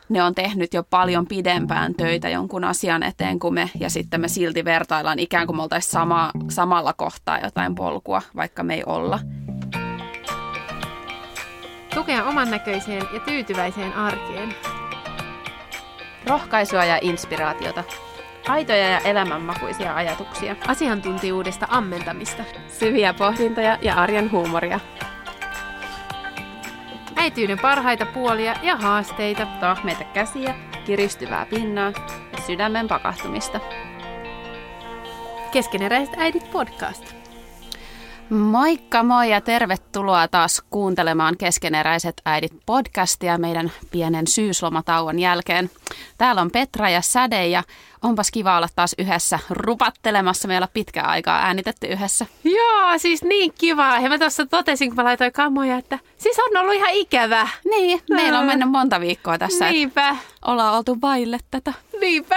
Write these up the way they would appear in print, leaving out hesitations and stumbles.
ne on tehnyt jo paljon pidempään töitä jonkun asian eteen kuin me, ja sitten me silti vertaillaan ikään kuin me oltaisiin samalla kohtaa jotain polkua, vaikka me ei olla. Tukea oman näköiseen ja tyytyväiseen arkeen. Rohkaisua ja inspiraatiota. Aitoja ja elämänmakuisia ajatuksia. Asiantuntijuudesta ammentamista. Syviä pohdintoja ja arjen huumoria. Äityyden parhaita puolia ja haasteita. Tahmeita käsiä, kiristyvää pinnaa ja sydämen pakahtumista. Keskeneräiset äidit podcast. Moikka moi ja tervetuloa taas kuuntelemaan Keskeneräiset äidit podcastia meidän pienen syyslomatauon jälkeen. Täällä on Petra ja Säde ja onpas kiva olla taas yhdessä rupattelemassa. Meillä on pitkään aikaa äänitetty yhdessä. Joo, siis niin kiva. Ja mä tuossa totesin, kun mä laitoin kamoja, että siis on ollut ihan ikävä. Niin, meillä on mennyt monta viikkoa tässä. Niinpä. Ollaan oltu vaille tätä. Niinpä.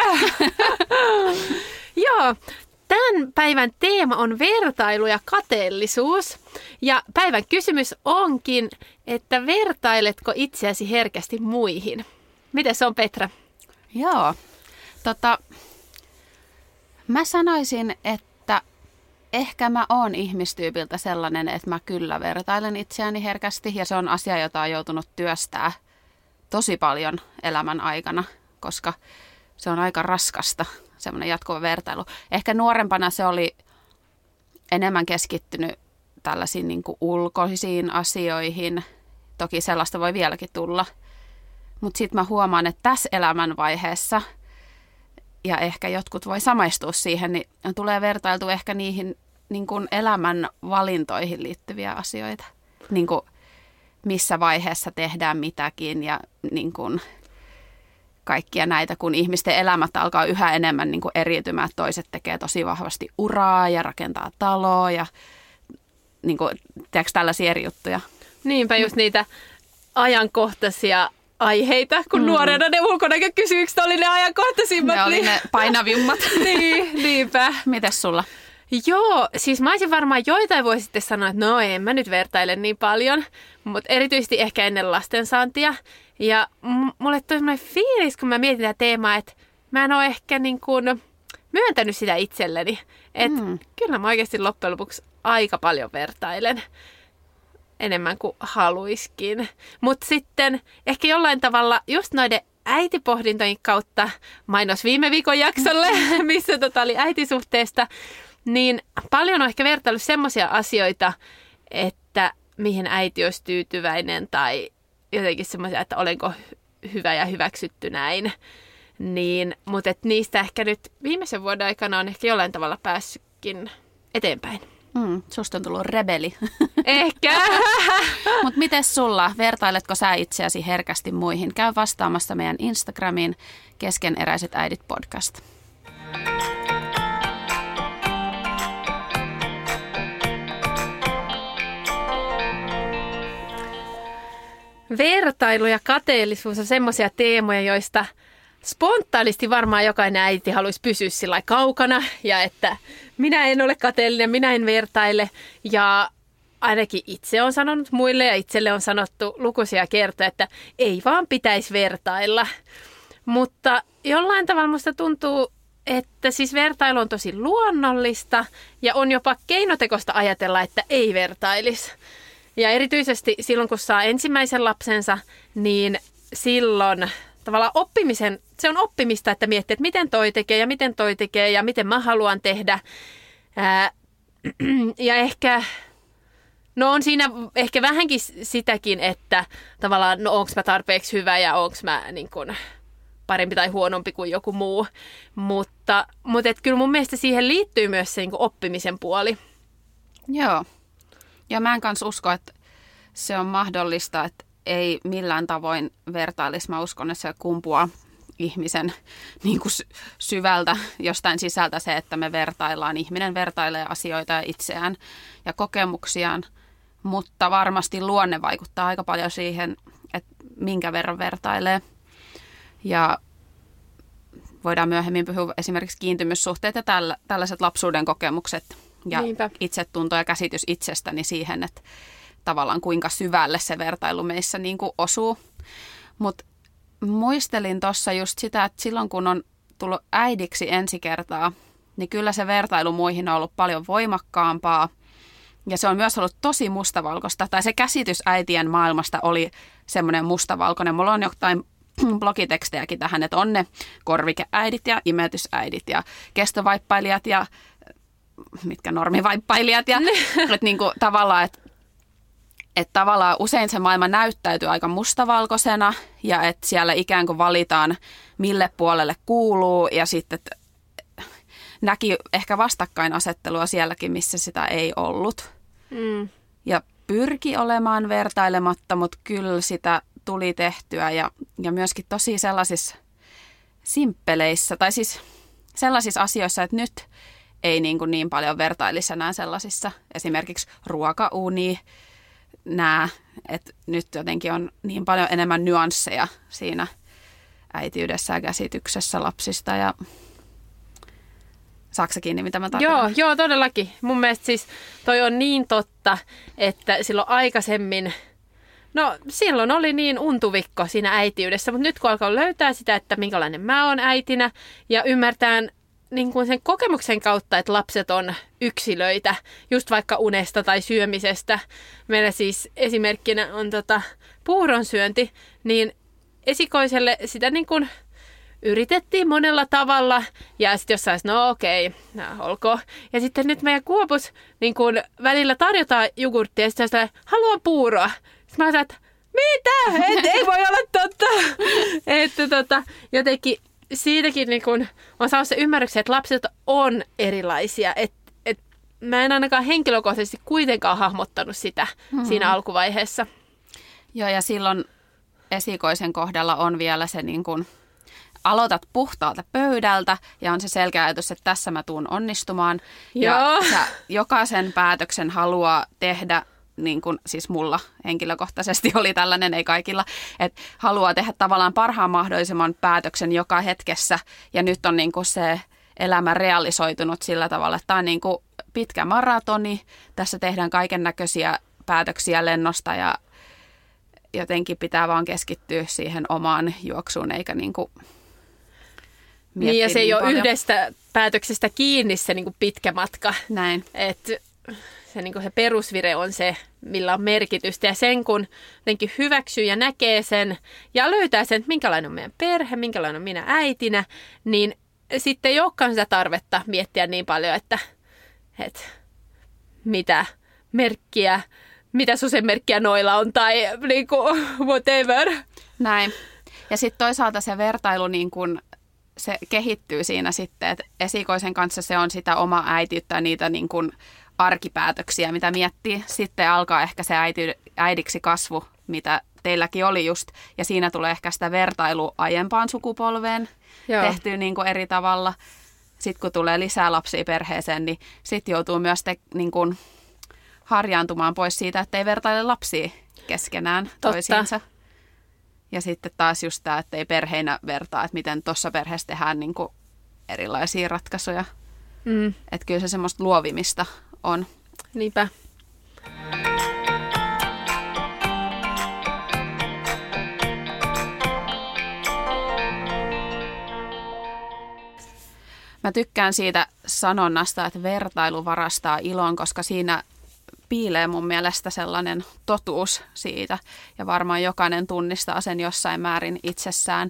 Joo. Tämän päivän teema on vertailu ja kateellisuus. Ja päivän kysymys onkin, että vertailetko itseäsi herkästi muihin? Miten se on, Petra? Joo. Mä sanoisin, että ehkä mä oon ihmistyypiltä sellainen, että mä kyllä vertailen itseäni herkästi. Ja se on asia, jota on joutunut työstää tosi paljon elämän aikana, koska se on aika raskasta. Semmoinen jatkuva vertailu. Ehkä nuorempana se oli enemmän keskittynyt tällaisiin niin kuin ulkoisiin asioihin. Toki sellaista voi vieläkin tulla. Mutta sitten mä huomaan, että tässä elämänvaiheessa, ja ehkä jotkut voi samaistua siihen, niin tulee vertailtu ehkä niihin niin kuin elämän valintoihin liittyviä asioita. Niin kuin missä vaiheessa tehdään mitäkin ja niin kuin kaikkia näitä, kun ihmisten elämät alkaa yhä enemmän niin kuin eriytymään. Toiset tekee tosi vahvasti uraa ja rakentaa taloa ja niin kuin, tiedätkö, tällaisia eri juttuja. Niinpä just niitä ajankohtaisia aiheita, kun nuorena ne ulkonäkökysymykset oli ne ajankohtaisimmat. Ne oli ne painavimmat. Niinpä. Mites sulla? Joo, siis mä olisin varmaan joitain voi sitten sanoa, että no en mä nyt vertaile niin paljon, mutta erityisesti ehkä ennen lastensaantia. Ja mulle tuli semmoinen fiilis, kun mä mietin tätä teemaa, että mä en ole ehkä niin kuin myöntänyt sitä itselleni. Että kyllä mä oikeasti loppujen lopuksi aika paljon vertailen. Enemmän kuin haluiskin. Mutta sitten ehkä jollain tavalla just noiden äitipohdintojen kautta, mainos viime viikon jaksolle, missä oli äitisuhteesta, niin paljon on ehkä vertailu semmoisia asioita, että mihin äiti olisi tyytyväinen tai jotenkin semmoisia, että olenko hyvä ja hyväksytty näin. Niin, mutta niistä ehkä nyt viimeisen vuoden aikana on ehkä jollain tavalla päässytkin eteenpäin. Susta on tullut rebeli. Ehkä. Mutta mites sulla? Vertailetko sä itseäsi herkästi muihin? Käy vastaamassa meidän Instagramiin Keskeneräiset äidit podcast. Vertailu ja kateellisuus on semmoisia teemoja, joista spontaanisti varmaan jokainen äiti haluaisi pysyä sillä kaukana ja että minä en ole kateellinen, minä en vertaile ja ainakin itse on sanonut muille ja itselle on sanottu lukuisia kertoja, että ei vaan pitäisi vertailla. Mutta jollain tavalla musta tuntuu, että siis vertailu on tosi luonnollista ja on jopa keinotekoista ajatella, että ei vertailisi. Ja erityisesti silloin, kun saa ensimmäisen lapsensa, niin silloin tavallaan se on oppimista, että miettii, että miten toi tekee ja miten mä haluan tehdä. Ja ehkä, no on siinä ehkä vähänkin sitäkin, että tavallaan, no onko mä tarpeeksi hyvä ja onko mä niin kuin parempi tai huonompi kuin joku muu. Mutta et kyllä mun mielestä siihen liittyy myös se niin kuin oppimisen puoli. Joo. Ja mä en kanssa usko, että se on mahdollista, että ei millään tavoin vertailisi. Mä uskon, että se kumpuaa ihmisen niin kuin syvältä jostain sisältä se, että me vertaillaan. Ihminen vertailee asioita ja itseään ja kokemuksiaan, mutta varmasti luonne vaikuttaa aika paljon siihen, että minkä verran vertailee. Ja voidaan myöhemmin puhua esimerkiksi kiintymyssuhteet ja tällaiset lapsuuden kokemukset ja itsetunto ja käsitys itsestäni siihen, että tavallaan kuinka syvälle se vertailu meissä niin kuin osuu. Mutta muistelin tuossa just sitä, että silloin kun on tullut äidiksi ensi kertaa, niin kyllä se vertailu muihin on ollut paljon voimakkaampaa. Ja se on myös ollut tosi mustavalkoista. Tai se käsitys äitien maailmasta oli semmoinen mustavalkoinen. Mulla on jotain blogitekstejäkin tähän, että on ne korvikeäidit ja imetysäidit ja kestovaippailijat ja mitkä normivaippailijat. Ja, että niin kuin tavallaan, että tavallaan usein se maailma näyttäytyy aika mustavalkoisena ja että siellä ikään kuin valitaan, mille puolelle kuuluu ja sitten näki ehkä vastakkainasettelua sielläkin, missä sitä ei ollut. Ja pyrki olemaan vertailematta, mutta kyllä sitä tuli tehtyä ja myöskin tosi sellaisissa simppeleissä tai siis sellaisissa asioissa, että nyt ei niin paljon vertailisi enää sellaisissa esimerkiksi ruokauni, että nyt jotenkin on niin paljon enemmän nyansseja siinä äitiydessä ja käsityksessä lapsista ja saatko sä kiinni, mitä mä tarkoitan? Joo, todellakin. Mun mielestä siis toi on niin totta, että silloin aikaisemmin, silloin oli niin untuvikko siinä äitiydessä, mutta nyt kun alkaa löytää sitä, että minkälainen mä oon äitinä ja ymmärtään niin kuin sen kokemuksen kautta, että lapset on yksilöitä, just vaikka unesta tai syömisestä. Meillä siis esimerkkinä on puuron syönti, niin esikoiselle sitä niin kuin yritettiin monella tavalla ja sitten jossain, olkoon. Ja sitten nyt meidän Kuopus niin kun välillä tarjotaan jogurttia ja sitten haluan puuroa. Sitten mä sanoin, että mitä? Ei voi olla totta. Että jotenkin siitäkin niin kun on saanut se ymmärryksen, että lapset on erilaisia. Et mä en ainakaan henkilökohtaisesti kuitenkaan hahmottanut sitä siinä alkuvaiheessa. Joo, ja silloin esikoisen kohdalla on vielä se niin kun aloitat puhtaalta pöydältä ja on se selkeä ajatus, että tässä mä tuun onnistumaan. Ja sä jokaisen päätöksen haluaa tehdä, niin kuin siis mulla henkilökohtaisesti oli tällainen, ei kaikilla, että haluaa tehdä tavallaan parhaan mahdollisimman päätöksen joka hetkessä. Ja nyt on niin kuin se elämä realisoitunut sillä tavalla, että tämä on niin kuin pitkä maratoni. Tässä tehdään kaiken näköisiä päätöksiä lennosta ja jotenkin pitää vaan keskittyä siihen omaan juoksuun eikä niin kuin niin, ja se ei ole yhdestä päätöksestä kiinni se niin kuin pitkä matka. Näin. Että se, niin kuin se perusvire on se, millä on merkitystä. Ja sen kun jotenkin hyväksyy ja näkee sen ja löytää sen, että minkälainen on meidän perhe, minkälainen on minä äitinä, niin sitten ei olekaan sitä tarvetta miettiä niin paljon, että mitä merkkiä, mitä susenmerkkiä noilla on tai niin kuin whatever. Näin. Ja sitten toisaalta se vertailu niin kuin se kehittyy siinä sitten, että esikoisen kanssa se on sitä omaa äitiyttä ja niitä niin kuin arkipäätöksiä, mitä miettii. Sitten alkaa ehkä se äidiksi kasvu, mitä teilläkin oli just. Ja siinä tulee ehkä sitä vertailua aiempaan sukupolveen tehtyä niin kuin eri tavalla. Sitten kun tulee lisää lapsia perheeseen, niin sitten joutuu myös niin kuin harjaantumaan pois siitä, että ei vertaile lapsia keskenään toisiinsa. Ja sitten taas just tämä, että ei perheinä vertaa, että miten tuossa perheessä tehdään niin kuin erilaisia ratkaisuja. Että kyllä se semmoista luovimista on. Niinpä. Mä tykkään siitä sanonnasta, että vertailu varastaa ilon, koska siinä piilee mun mielestä sellainen totuus siitä. Ja varmaan jokainen tunnistaa sen jossain määrin itsessään,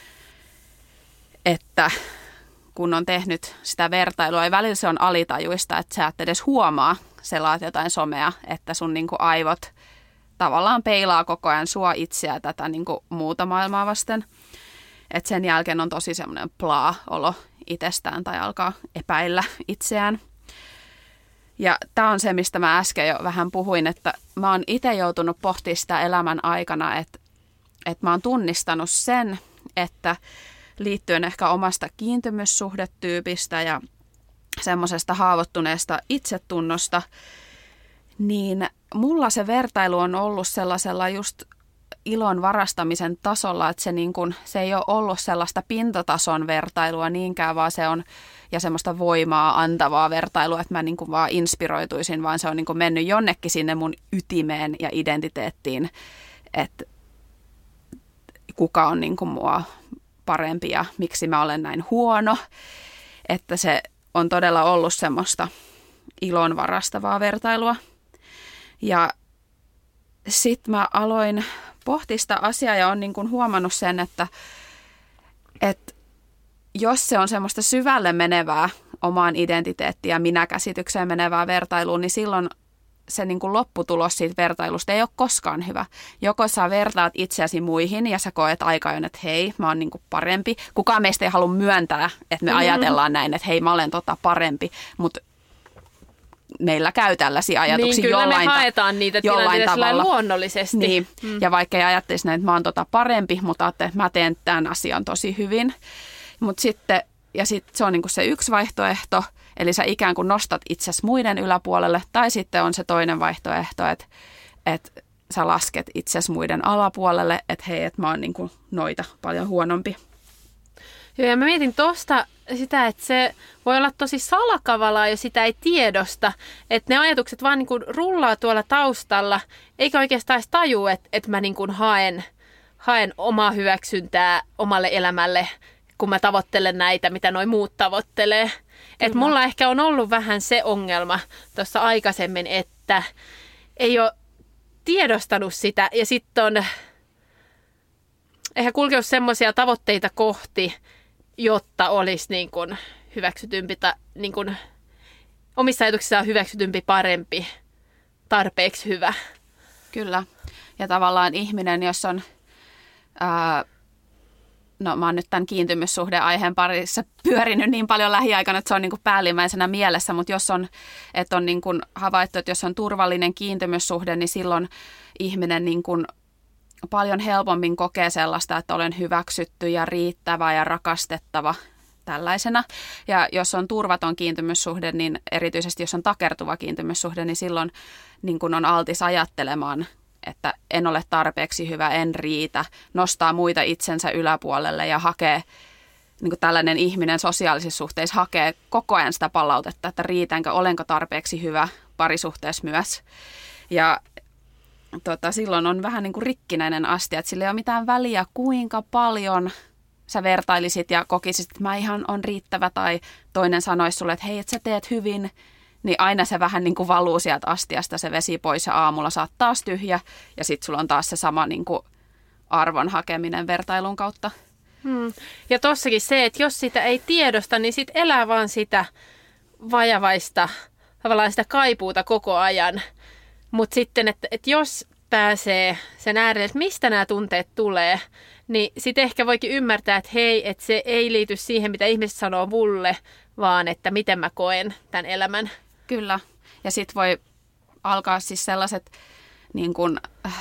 että kun on tehnyt sitä vertailua, ja välillä se on alitajuista, että sä et edes huomaa, selaat jotain somea, että sun niinku aivot tavallaan peilaa koko ajan sua itseä tätä niinku muuta maailmaa vasten. Että sen jälkeen on tosi semmoinen plaa-olo itsestään tai alkaa epäillä itseään. Ja tämä on se, mistä mä äsken jo vähän puhuin, että mä oon itse joutunut pohtimaan sitä elämän aikana, että mä oon tunnistanut sen, että liittyen ehkä omasta kiintymyssuhdetyypistä ja semmoisesta haavoittuneesta itsetunnosta, niin mulla se vertailu on ollut sellaisella just ilon varastamisen tasolla, että se ei ole ollut sellaista pintatason vertailua niinkään, vaan se on ja semmoista voimaa antavaa vertailua, että mä niin kuin vaan inspiroituisin, vaan se on niin kuin mennyt jonnekin sinne mun ytimeen ja identiteettiin, että kuka on niin kuin mua parempi ja miksi mä olen näin huono. Että se on todella ollut semmoista ilon varastavaa vertailua. Ja sitten mä aloin pohtia sitä asiaa ja olen niin kuin huomannut sen, että jos se on semmoista syvälle menevää omaan identiteettiin ja minäkäsitykseen menevää vertailua, niin silloin se niin kuin lopputulos siitä vertailusta ei ole koskaan hyvä. Joko sä vertaat itseäsi muihin ja sä koet aika ajoin, että hei, mä oon niin kuin parempi. Kukaan meistä ei halua myöntää, että me ajatellaan näin, että hei, mä olen parempi, mutta meillä käy tällaisia ajatuksia niin, kyllä me haetaan niitä tilanteita luonnollisesti. Niin, ja vaikka ei ajattelisi näin, että mä oon parempi, mutta ajattelin, että mä teen tämän asian tosi hyvin. Mutta sitten se on niinku se yksi vaihtoehto, eli sä ikään kuin nostat itsesi muiden yläpuolelle, tai sitten on se toinen vaihtoehto, että sä lasket itsesi muiden alapuolelle, että hei, että mä oon niinku noita paljon huonompi. Joo, ja mä mietin tuosta sitä, että se voi olla tosi salakavalaa, jos sitä ei tiedosta. Että ne ajatukset vaan niin kuin rullaa tuolla taustalla, eikä oikeastaan edes taju, että mä niin kuin haen omaa hyväksyntää omalle elämälle, kun mä tavoittelen näitä, mitä noi muut tavoittelee. Että mulla ehkä on ollut vähän se ongelma tuossa aikaisemmin, että ei ole tiedostanut sitä ja sitten on ehkä kulkenut semmoisia tavoitteita kohti, jotta olisi niin kuin hyväksytympi, niin kuin omissa ajatuksissaan hyväksytympi, parempi, tarpeeksi hyvä. Kyllä. Ja tavallaan ihminen, jos on, mä oon nyt tämän kiintymyssuhdeaiheen parissa pyörinyt niin paljon lähiaikana, että se on niin kuin päällimmäisenä mielessä, mutta jos on, että on niin kuin havaittu, että jos on turvallinen kiintymyssuhde, niin silloin ihminen niin kuin paljon helpommin kokee sellaista, että olen hyväksytty ja riittävä ja rakastettava tällaisena. Ja jos on turvaton kiintymyssuhde, niin erityisesti jos on takertuva kiintymyssuhde, niin silloin niin kun on altis ajattelemaan, että en ole tarpeeksi hyvä, en riitä, nostaa muita itsensä yläpuolelle ja hakee, niin kuin tällainen ihminen sosiaalisissa suhteissa hakee koko ajan sitä palautetta, että riitänkö, olenko tarpeeksi hyvä parisuhteessa myös. Ja silloin on vähän niin kuin rikkinäinen astia, että sillä ei ole mitään väliä, kuinka paljon sä vertailisit ja kokisit, että mä ihan on riittävä, tai toinen sanoisi sulle, että hei, että sä teet hyvin, niin aina se vähän niin kuin valuu sieltä astiasta se vesi pois ja aamulla sä oot taas tyhjä ja sitten sulla on taas se sama niin kuin arvon hakeminen vertailun kautta. Ja tossakin se, että jos sitä ei tiedosta, niin sit elää vaan sitä vajavaista, tavallaan sitä kaipuuta koko ajan. Mutta sitten, että jos pääsee sen äärelle, että mistä nämä tunteet tulee, niin sitten ehkä voikin ymmärtää, että hei, että se ei liity siihen, mitä ihmiset sanoo mulle, vaan että miten mä koen tämän elämän. Kyllä. Ja sitten voi alkaa siis sellaiset, niin kuin,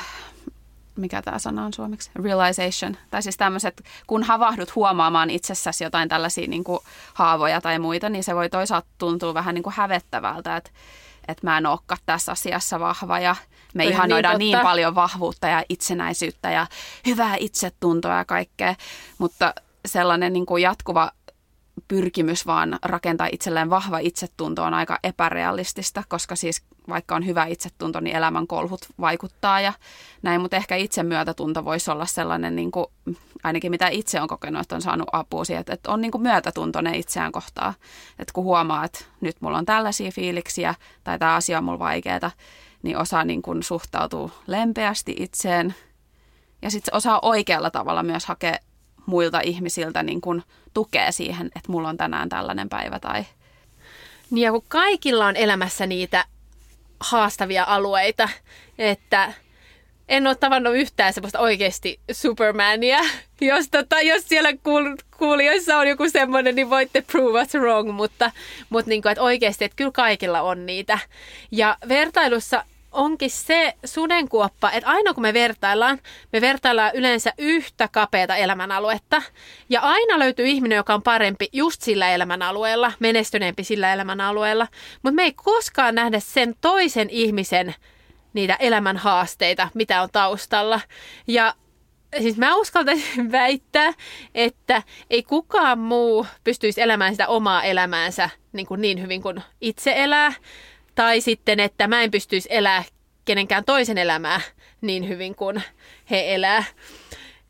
mikä tämä sana on suomeksi? Realization. Tai siis tämmöiset, kun havahdut huomaamaan itsessäsi jotain tällaisia niin kuin haavoja tai muita, niin se voi toisaalta tuntua vähän niin kuin hävettävältä, että mä en olekaan tässä asiassa vahva ja me ihanoidaan niin paljon vahvuutta ja itsenäisyyttä ja hyvää itsetuntoa ja kaikkea, mutta sellainen niin kuin jatkuva pyrkimys vaan rakentaa itselleen vahva itsetunto on aika epärealistista, koska siis vaikka on hyvä itsetunto, niin elämän kolhut vaikuttaa ja näin, mutta ehkä itsemyötätunto voisi olla sellainen, niin kuin, ainakin mitä itse on kokenut, että on saanut apua siihen, että on niin kuin myötätuntoinen itseään kohtaan, että kun huomaa, että nyt mulla on tällaisia fiiliksiä tai tämä asia on mulla vaikeaa, niin osaa niin kuin suhtautua lempeästi itseen ja sitten osaa oikealla tavalla myös hakea muilta ihmisiltä niin kuin tukea siihen, että mulla on tänään tällainen päivä. Tai... Niin ja kun kaikilla on elämässä niitä haastavia alueita, että en ole tavannut yhtään semmoista oikeasti Supermania. Jos siellä kuulijoissa on joku semmoinen, niin voitte prove us wrong, mutta niin kuin, että oikeasti, että kyllä kaikilla on niitä. Ja vertailussa onkin se sudenkuoppa, että aina kun me vertaillaan yleensä yhtä kapeata elämänaluetta. Ja aina löytyy ihminen, joka on parempi just sillä elämänalueella, menestyneempi sillä elämänalueella. Mutta me ei koskaan nähdä sen toisen ihmisen niitä elämän haasteita, mitä on taustalla. Ja siis mä uskaltaisin väittää, että ei kukaan muu pystyisi elämään sitä omaa elämäänsä niin hyvin kuin itse elää. Tai sitten, että mä en pystyisi elämään kenenkään toisen elämää niin hyvin kuin he elää.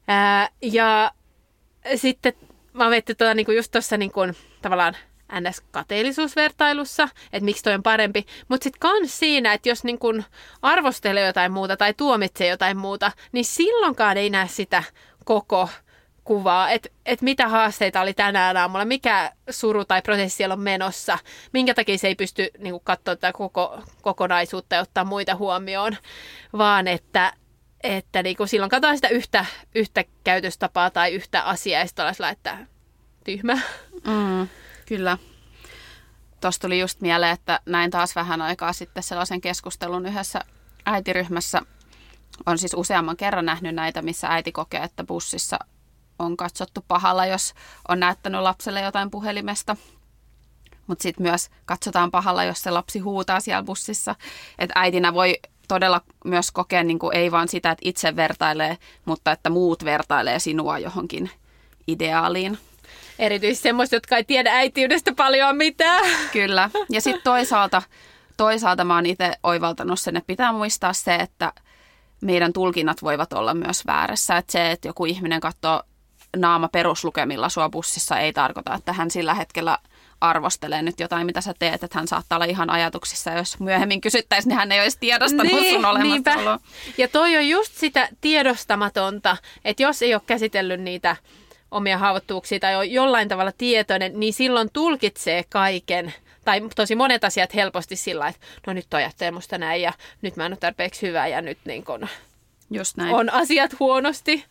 Ja sitten mä vetin niin just tuossa niin tavallaan NS-kateellisuusvertailussa, että miksi toi on parempi. Mutta sitten kans siinä, että jos niin kun arvostelee jotain muuta tai tuomitsee jotain muuta, niin silloinkaan ei näe sitä koko kuvaa, että mitä haasteita oli tänään aamulla, mikä suru tai prosessi siellä on menossa, minkä takia se ei pysty niin katsoa tätä kokonaisuutta ja ottaa muita huomioon, vaan että niin silloin katsotaan sitä yhtä käytöstapaa tai yhtä asiaa ja sitten ollaan että tyhmä. Kyllä. Tuossa tuli just mieleen, että näin taas vähän aikaa sitten sellaisen keskustelun yhdessä äitiryhmässä. On siis useamman kerran nähnyt näitä, missä äiti kokee, että bussissa on katsottu pahalla, jos on näyttänyt lapselle jotain puhelimesta. Mutta sitten myös katsotaan pahalla, jos se lapsi huutaa siellä bussissa. Että äitinä voi todella myös kokea niin kuin ei vaan sitä, että itse vertailee, mutta että muut vertailee sinua johonkin ideaaliin. Erityisesti semmoista, jotka ei tiedä äitiydestä paljon mitään. Kyllä. Ja sitten toisaalta mä oon itse oivaltanut sen, että pitää muistaa se, että meidän tulkinnat voivat olla myös väärässä. Että se, että joku ihminen katsoo naama peruslukemilla sua bussissa, ei tarkoita, että hän sillä hetkellä arvostelee nyt jotain, mitä sä teet. Että hän saattaa olla ihan ajatuksissa. Jos myöhemmin kysyttäisiin, niin hän ei olisi tiedostanut sun olemassaoloa. Ja toi on just sitä tiedostamatonta, että jos ei ole käsitellyt niitä omia haavoittuvuuksia tai on jollain tavalla tietoinen, niin silloin tulkitsee kaiken. Tai tosi monet asiat helposti sillä, että no nyt toi ajattelee musta näin ja nyt mä en ole tarpeeksi hyvä ja nyt niin kun just näin. On asiat huonosti.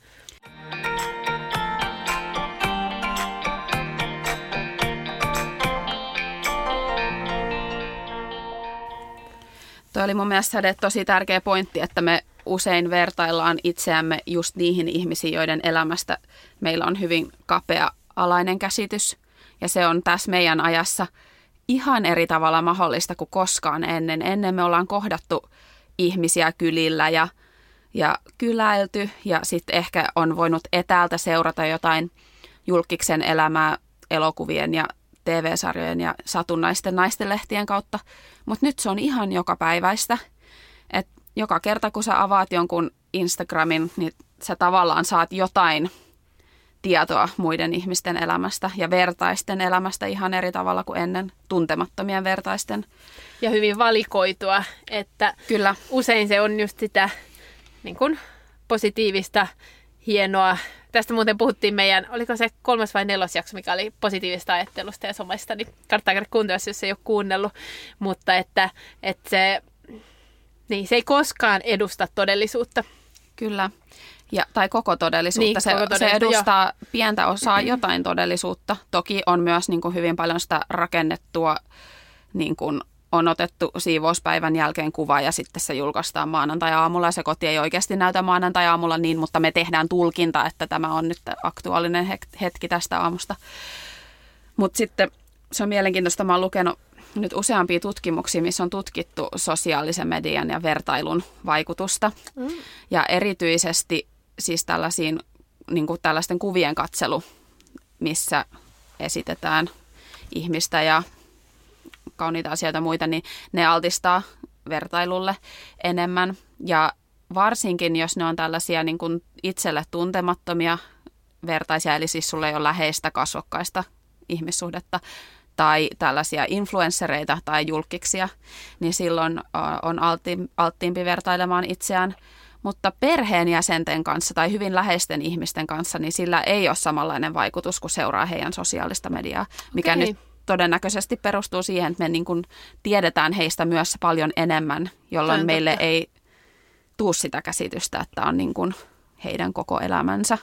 Toi oli mun mielestä tosi tärkeä pointti, että me usein vertaillaan itseämme just niihin ihmisiin, joiden elämästä meillä on hyvin kapea-alainen käsitys. Ja se on tässä meidän ajassa ihan eri tavalla mahdollista kuin koskaan ennen. Ennen me ollaan kohdattu ihmisiä kylillä ja kyläilty ja sitten ehkä on voinut etäältä seurata jotain julkiksen elämää elokuvien ja TV-sarjojen ja satunnaisten naistenlehtien kautta. Mutta nyt se on ihan jokapäiväistä. Et joka kerta, kun sä avaat jonkun Instagramin, niin sä tavallaan saat jotain tietoa muiden ihmisten elämästä ja vertaisten elämästä ihan eri tavalla kuin ennen tuntemattomien vertaisten. Ja hyvin valikoitua, että kyllä. Usein se on just sitä niin kuin positiivista, hienoa. Tästä muuten puhuttiin meidän, oliko se 3. vai 4. jakso, mikä oli positiivista ajattelusta ja somesta, niin kannattaa käydä kuuntella, jos ei ole kuunnellut. Mutta että se ei koskaan edusta todellisuutta. Kyllä. Tai koko todellisuutta. Niin, se edustaa pientä osaa jotain todellisuutta. Toki on myös niin kuin hyvin paljon sitä rakennettua, niin kuin on otettu siivouspäivän jälkeen kuva ja sitten se julkaistaan maanantai-aamulla. Se koti ei oikeasti näytä maanantai-aamulla niin, mutta me tehdään tulkinta, että tämä on nyt aktuaalinen hetki tästä aamusta. Mutta sitten se on mielenkiintoista. Mä oon lukenut nyt useampia tutkimuksia, missä on tutkittu sosiaalisen median ja vertailun vaikutusta. Ja erityisesti siis tällaisten kuvien katselu, missä esitetään ihmistä ja kauniita asioita ja muita, niin ne altistaa vertailulle enemmän. Ja varsinkin, jos ne on tällaisia niin kuin itselle tuntemattomia vertaisia, eli siis sulla ei ole läheistä kasvokkaista ihmissuhdetta, tai tällaisia influenssereita tai julkkiksia, niin silloin on alttiimpi vertailemaan itseään. Mutta perheenjäsenten kanssa tai hyvin läheisten ihmisten kanssa, niin sillä ei ole samanlainen vaikutus, kun seuraa heidän sosiaalista mediaa, mikä nyt todennäköisesti perustuu siihen, että me niin kuin tiedetään heistä myös paljon enemmän, jolloin meille ei tule sitä käsitystä, että on niin kuin heidän koko elämänsä.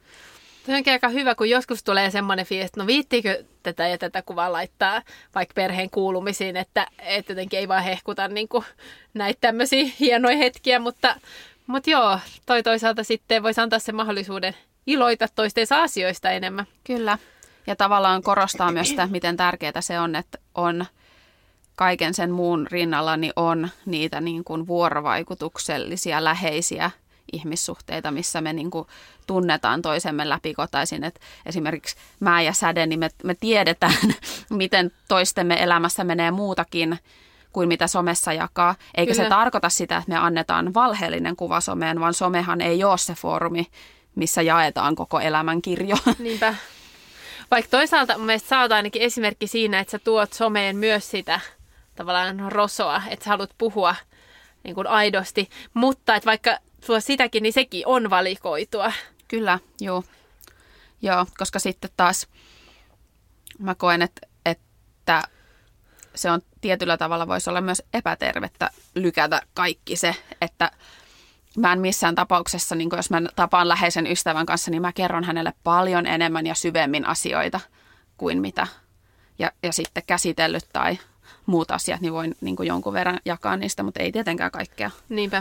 Tämä onkin aika hyvä, kun joskus tulee semmoinen fiilis, että no viittiinkö tätä ja tätä kuvaa laittaa vaikka perheen kuulumisiin, että jotenkin ei vaan hehkuta niin kuin näitä tämmöisiä hienoja hetkiä, mutta joo, toisaalta sitten voisi antaa sen mahdollisuuden iloita toistensa asioista enemmän. Kyllä, ja tavallaan korostaa myös sitä, miten tärkeää se on, että on kaiken sen muun rinnalla, niin on niitä niin kuin vuorovaikutuksellisia, läheisiä ihmissuhteita, missä me niin kuin tunnetaan toisemme läpikotaisin. Et esimerkiksi mä ja Säde, niin me tiedetään, miten toistemme elämässä menee muutakin kuin mitä somessa jakaa. Eikä se tarkoita sitä, että me annetaan valheellinen kuva someen, vaan somehan ei ole se foorumi, missä jaetaan koko elämän kirjo. Niinpä. Vaikka toisaalta mun mielestä sä oot ainakin esimerkki siinä, että sä tuot someen myös sitä tavallaan rosoa, että sä haluat puhua niin kuin aidosti, mutta että vaikka sulla sitäkin, niin sekin on valikoitua. Kyllä, joo. Joo, koska sitten taas mä koen, että se on tietyllä tavalla voisi olla myös epätervettä lykätä kaikki se, että mä en missään tapauksessa, niin jos mä tapaan läheisen ystävän kanssa, niin mä kerron hänelle paljon enemmän ja syvemmin asioita kuin mitä. Ja sitten käsitellyt tai muut asiat, niin voin niin kuin jonkun verran jakaa niistä, mutta ei tietenkään kaikkea. Niinpä.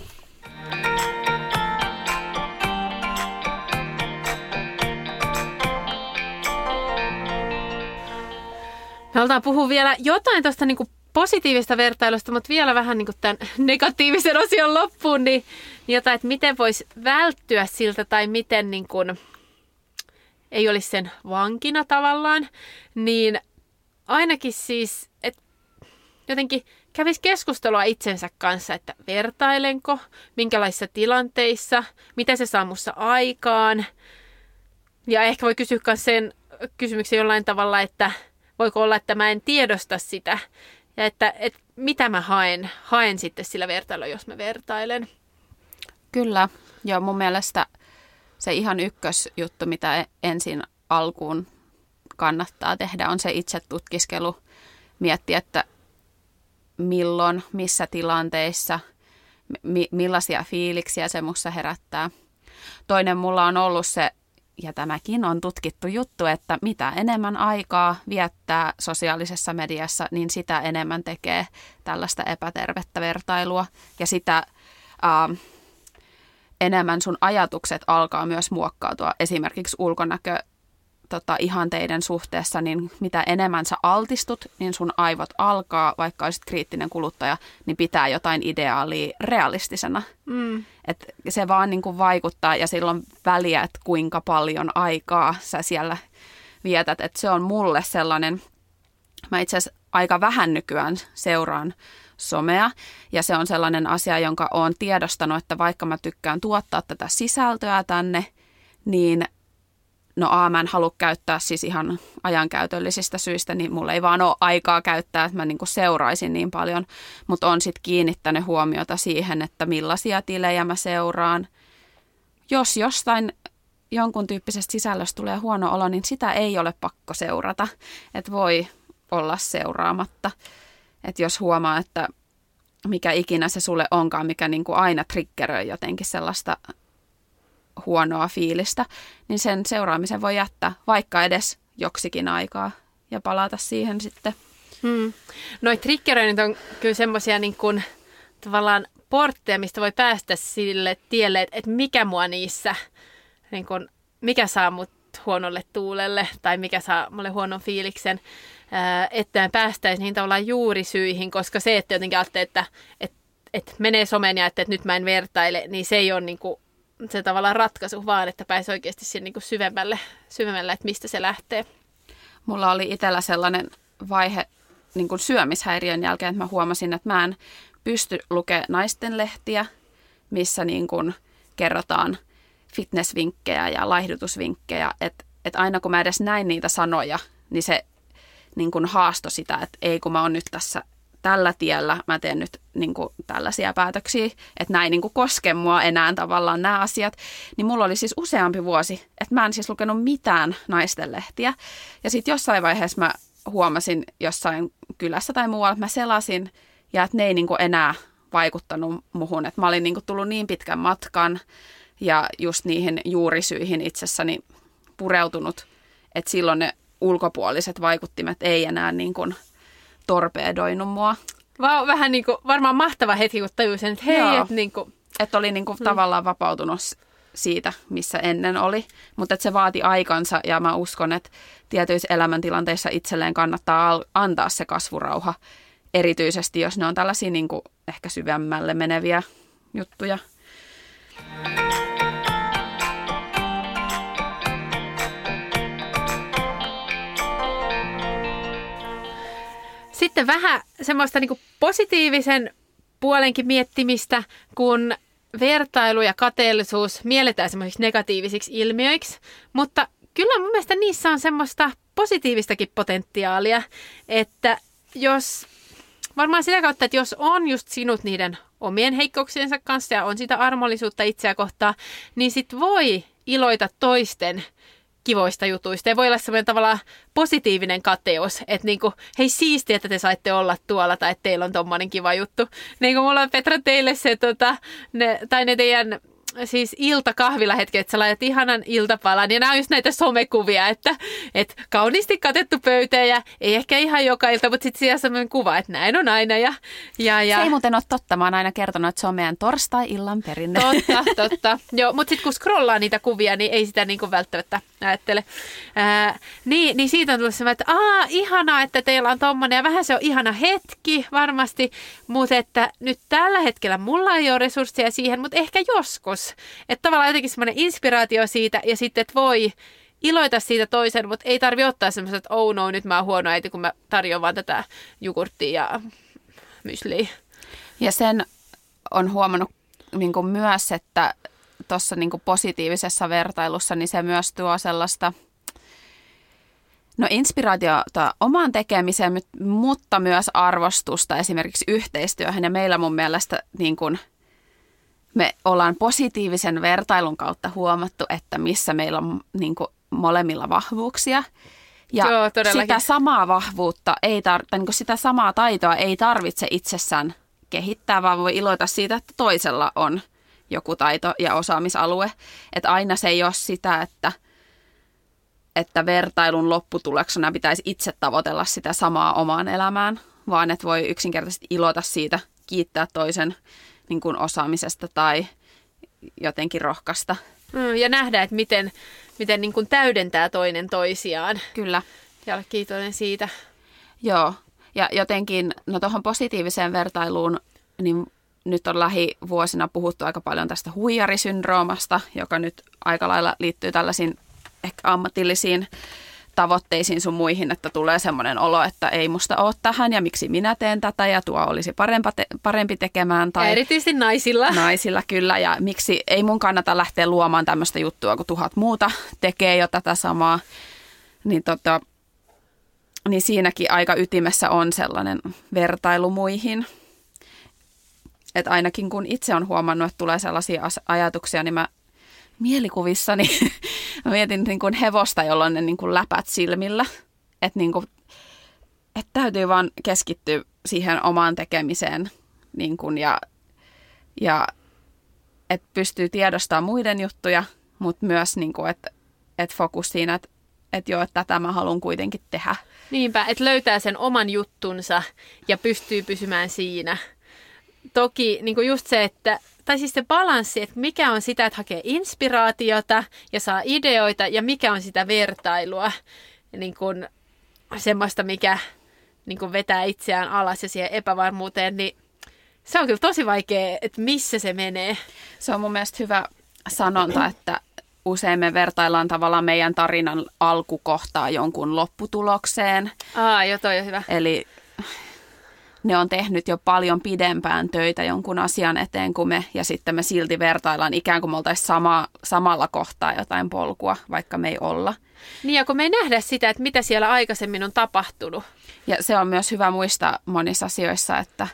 Me halutaan puhua vielä jotain tuosta niin kuin positiivista vertailusta, mutta vielä vähän niin kuin tämän negatiivisen osion loppuun, niin jotain, että miten voisi välttyä siltä tai miten niin kuin ei olisi sen vankina tavallaan, niin ainakin siis, että jotenkin kävisi keskustelua itsensä kanssa, että vertailenko, minkälaisissa tilanteissa, mitä se saa musta aikaan. Ja ehkä voi kysyä myös sen kysymyksen jollain tavalla, että voiko olla, että mä en tiedosta sitä. Ja että mitä mä haen sitten sillä vertailulla, jos mä vertailen. Kyllä. Ja mun mielestä se ihan ykkösjuttu, mitä ensin alkuun kannattaa tehdä, on se itsetutkiskelu. Miettiä, että milloin, missä tilanteissa, millaisia fiiliksiä se musta herättää. Toinen mulla on ollut se, ja tämäkin on tutkittu juttu, että mitä enemmän aikaa viettää sosiaalisessa mediassa, niin sitä enemmän tekee tällaista epätervettä vertailua. Ja sitä enemmän sun ajatukset alkaa myös muokkautua. Esimerkiksi ulkonäkö ihanteiden suhteessa, niin mitä enemmän sä altistut, niin sun aivot alkaa, vaikka olisit kriittinen kuluttaja, niin pitää jotain ideaalia realistisena. Et se vaan niin kuin vaikuttaa ja silloin väliä, että kuinka paljon aikaa sä siellä vietät. Et se on mulle sellainen, mä itse asiassa aika vähän nykyään seuraan somea ja se on sellainen asia, jonka oon tiedostanut, että vaikka mä tykkään tuottaa tätä sisältöä tänne, niin mä en halua käyttää siis ihan ajankäytöllisistä syistä, niin mulla ei vaan ole aikaa käyttää, että mä niinku seuraisin niin paljon. Mutta on sitten kiinnittänyt huomiota siihen, että millaisia tilejä mä seuraan. Jos jostain jonkun tyyppisestä sisällöstä tulee huono olo, niin sitä ei ole pakko seurata. Että voi olla seuraamatta. Että jos huomaa, että mikä ikinä se sulle onkaan, mikä niinku aina triggeröi jotenkin sellaista huonoa fiilistä, niin sen seuraamisen voi jättää vaikka edes joksikin aikaa ja palata siihen sitten. Noi triggeröinnit on kyllä semmoisia niin kuin tavallaan portteja, mistä voi päästä sille tielle, että mikä mua niissä, niin kuin, mikä saa mut huonolle tuulelle tai mikä saa mulle huonon fiiliksen, että päästäisiin niihin tavallaan juurisyihin, koska se, että jotenkin ajattelee, että menee someen ja että nyt mä en vertaile, niin se ei ole niin kuin se tavallaan ratkaisu, vaan että pääsi oikeasti siihen niin kuin syvemmälle, että mistä se lähtee. Mulla oli itsellä sellainen vaihe niin kuin syömishäiriön jälkeen, että mä huomasin, että mä en pysty lukemaan naisten lehtiä, missä niin kuin kerrotaan fitnessvinkkejä ja laihdutusvinkkejä. Että aina kun mä edes näin niitä sanoja, niin se niin kuin haastoi sitä, että ei kun mä oon nyt tässä tällä tiellä, mä teen nyt niin kuin tällaisia päätöksiä, että näin niin kuin koske mua enää tavallaan nämä asiat. Niin mulla oli siis useampi vuosi, että mä en siis lukenut mitään naistenlehtiä. Ja sitten jossain vaiheessa mä huomasin jossain kylässä tai muualla, että mä selasin ja että ne ei niin kuin enää vaikuttanut muhun. Että mä olin niin kuin tullut niin pitkän matkan ja just niihin juurisyihin itsessäni pureutunut, että silloin ne ulkopuoliset vaikuttimet ei enää niin kuin torpeedoinut mua. Vähän niin kuin, varmaan mahtava hetki, kun tajusin, että hei, että niin kuin että oli niin kuin tavallaan vapautunut siitä, missä ennen oli. Mutta se vaati aikansa ja mä uskon, että tietyissä elämäntilanteissa itselleen kannattaa antaa se kasvurauha. Erityisesti, jos ne on tällaisia niin kuin ehkä syvemmälle meneviä juttuja. Sitten vähän semmoista niin kuin positiivisen puolenkin miettimistä, kun vertailu ja kateellisuus mielletään semmoisiksi negatiivisiksi ilmiöiksi, mutta kyllä mun mielestä niissä on semmoista positiivistakin potentiaalia, että jos varmaan sitä kautta, että jos on just sinut niiden omien heikkouksiensa kanssa ja on sitä armollisuutta itseä kohtaan, niin sit voi iloita toisten kivoista jutuista. Ja voi olla semmoinen tavallaan positiivinen kateus, että niinku, hei siistiä, että te saitte olla tuolla tai että teillä on tommonen kiva juttu. Niin kuin mulla on Petra teille se, ne teidän siis iltakahvilahetki, että sä laitat ihanan iltapalan. Ja nämä on just näitä somekuvia, että kauniisti katettu pöytä ja ei ehkä ihan joka ilta, mutta sitten siellä on sellainen kuva, että näin on aina. Ja. Se ei muuten ole totta. Mä oon aina kertonut, että se on meidän torstai-illan perinne. Totta. Joo, mutta sitten kun scrollaa niitä kuvia, niin ei sitä niinku välttämättä ajattele. Niin siitä on tullut semmoinen, että ihanaa, että teillä on tommonen. Ja vähän se on ihana hetki varmasti, mutta että nyt tällä hetkellä mulla ei ole resursseja siihen, mutta ehkä joskus. Että tavallaan jotenkin semmoinen inspiraatio siitä ja sitten, että voi iloita siitä toisen, mutta ei tarvitse ottaa semmoista, että oh no, nyt mä oon huono äiti, kun mä tarjoan vaan tätä jogurttia ja mysliä. Ja sen on huomannut niin kuin myös, että tuossa niin kuin positiivisessa vertailussa, niin se myös tuo sellaista inspiraatiota omaan tekemiseen, mutta myös arvostusta esimerkiksi yhteistyöhön. Ja meillä mun mielestä niin kuin me ollaan positiivisen vertailun kautta huomattu, että missä meillä on niin kuin molemmilla vahvuuksia. Ja joo, sitä samaa vahvuutta, niin kuin sitä samaa taitoa ei tarvitse itsessään kehittää, vaan voi iloita siitä, että toisella on joku taito ja osaamisalue. Että aina se ei ole sitä, että vertailun lopputuloksena pitäisi itse tavoitella sitä samaa omaan elämään, vaan että voi yksinkertaisesti ilota siitä, kiittää toisen niin kuin osaamisesta tai jotenkin rohkaista. Ja nähdä, että miten niin kuin täydentää toinen toisiaan. Kyllä. Ja olla kiitollinen siitä. Joo. Ja jotenkin, tuohon positiiviseen vertailuun, niin nyt on lähivuosina puhuttu aika paljon tästä huijarisyndroomasta, joka nyt aika lailla liittyy tällaisiin ehkä ammatillisiin tavoitteisiin sun muihin, että tulee semmoinen olo, että ei musta ole tähän ja miksi minä teen tätä ja tuo olisi parempi tekemään. Tai ja erityisesti naisilla. Naisilla kyllä ja miksi ei mun kannata lähteä luomaan tämmöistä juttua, kun 1000 muuta tekee jo tätä samaa. Niin siinäkin aika ytimessä on sellainen vertailu muihin. Että ainakin kun itse on huomannut, että tulee sellaisia ajatuksia, niin mä mielikuvissani mä mietin niin kuin hevosta, jolla on ne niin kuin läpät silmillä. Että niin kuin, täytyy vaan keskittyä siihen omaan tekemiseen niin kuin ja että pystyy tiedostamaan muiden juttuja, mutta myös niin kuin, että fokus siinä, että joo, että tätä mä haluan kuitenkin tehdä. Niinpä, että löytää sen oman juttunsa ja pystyy pysymään siinä. Toki niin kuin just se, tai siis se balanssi, että mikä on sitä, että hakee inspiraatiota ja saa ideoita ja mikä on sitä vertailua, niin kuin semmoista, mikä niin kuin vetää itseään alas ja siihen epävarmuuteen, niin se on kyllä tosi vaikea, että missä se menee. Se on mun mielestä hyvä sanonta, että usein me vertaillaan tavallaan meidän tarinan alkukohtaa jonkun lopputulokseen. Joo, toi on hyvä. Eli ne on tehnyt jo paljon pidempään töitä jonkun asian eteen kuin me, ja sitten me silti vertaillaan ikään kuin me oltaisiin samalla kohtaa jotain polkua, vaikka me ei olla. Niin, ja kun me ei nähdä sitä, että mitä siellä aikaisemmin on tapahtunut. Ja se on myös hyvä muistaa monissa asioissa, että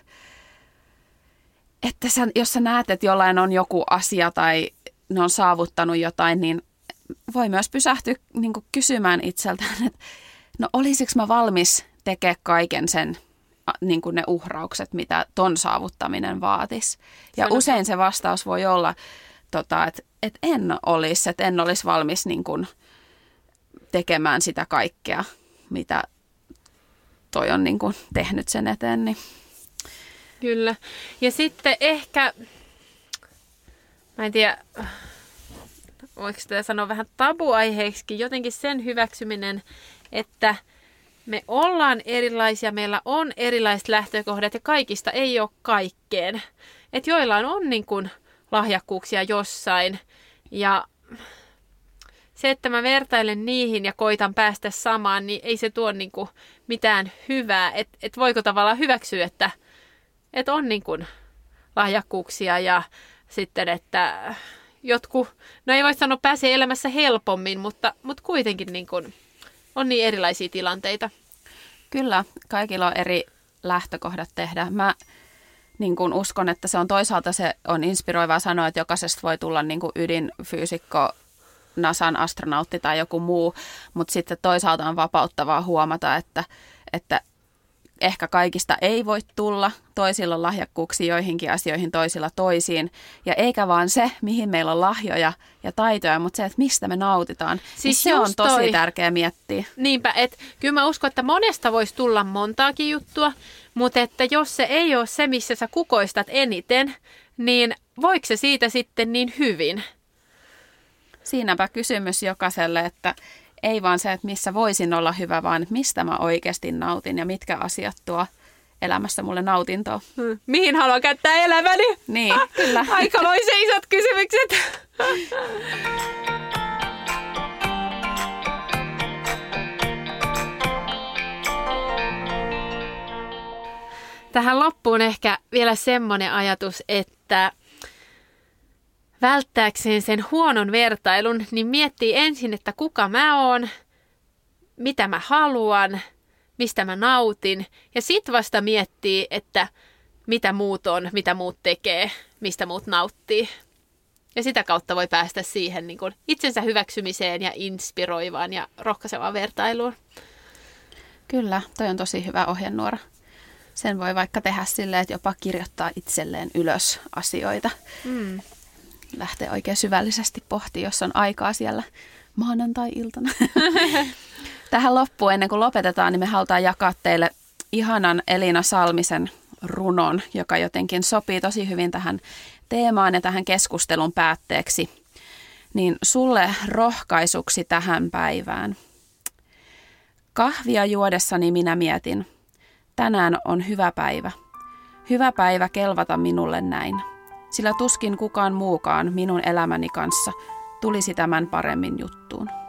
jos sä näet, että jollain on joku asia tai ne on saavuttanut jotain, niin voi myös pysähtyä niin kuin kysymään itseltään, että no olisiko mä valmis tekemään kaiken sen, niin kuin ne uhraukset, mitä ton saavuttaminen vaatisi. Ja usein se vastaus voi olla, että en olisi valmis niin kuin tekemään sitä kaikkea, mitä toi on niin kuin tehnyt sen eteen. Niin. Kyllä. Ja sitten ehkä, mä en tiedä, voiko sitä sanoa vähän tabuaiheeksi, jotenkin sen hyväksyminen, että me ollaan erilaisia, meillä on erilaiset lähtökohdat ja kaikista ei ole kaikkeen. Että joillain on niin kuin lahjakkuuksia jossain ja se, että mä vertailen niihin ja koitan päästä samaan, niin ei se tuo niin kuin mitään hyvää. Että voiko tavallaan hyväksyä, että on niin kuin lahjakkuuksia ja sitten, että jotkut, no ei voi sanoa pääsee elämässä helpommin, mutta kuitenkin niin kuin on niin erilaisia tilanteita. Kyllä, kaikilla on eri lähtökohdat tehdä. Mä niin kuin uskon, että se on toisaalta se on inspiroivaa sanoa, että jokaisesta voi tulla niin kuin ydinfyysikko, NASAn astronautti tai joku muu, mutta sitten toisaalta on vapauttavaa huomata, että ehkä kaikista ei voi tulla, toisilla on lahjakkuuksia joihinkin asioihin, toisilla toisiin. Ja eikä vaan se, mihin meillä on lahjoja ja taitoja, mutta se, että mistä me nautitaan. Siis se on tosi tärkeä miettiä. Niinpä, että kyllä mä uskon, että monesta voisi tulla montaakin juttua, mutta että jos se ei ole se, missä sä kukoistat eniten, niin voiko se siitä sitten niin hyvin? Siinäpä kysymys jokaiselle, että ei vaan se, että missä voisin olla hyvä, vaan että mistä mä oikeasti nautin ja mitkä asiat tuo elämässä mulle nautintoa. Mihin haluan käyttää elämäni? Niin, kyllä. Aikamoisen isot kysymykset. Tähän loppuun ehkä vielä semmoinen ajatus, että välttääkseen sen huonon vertailun, niin miettii ensin, että kuka mä oon, mitä mä haluan, mistä mä nautin. Ja sit vasta miettii, että mitä muut on, mitä muut tekee, mistä muut nauttii. Ja sitä kautta voi päästä siihen niin kuin itsensä hyväksymiseen ja inspiroivaan ja rohkaisevaan vertailuun. Kyllä, toi on tosi hyvä ohjenuora. Sen voi vaikka tehdä silleen, että jopa kirjoittaa itselleen ylös asioita. Lähtee oikein syvällisesti pohtimaan, jos on aikaa siellä maanantai-iltana. Tähän loppuun, ennen kuin lopetetaan, niin me halutaan jakaa teille ihanan Elina Salmisen runon, joka jotenkin sopii tosi hyvin tähän teemaan ja tähän keskustelun päätteeksi. Niin sulle rohkaisuksi tähän päivään. Kahvia juodessani minä mietin, tänään on hyvä päivä. Hyvä päivä kelvata minulle näin. Sillä tuskin kukaan muukaan minun elämäni kanssa tulisi tämän paremmin juttuun.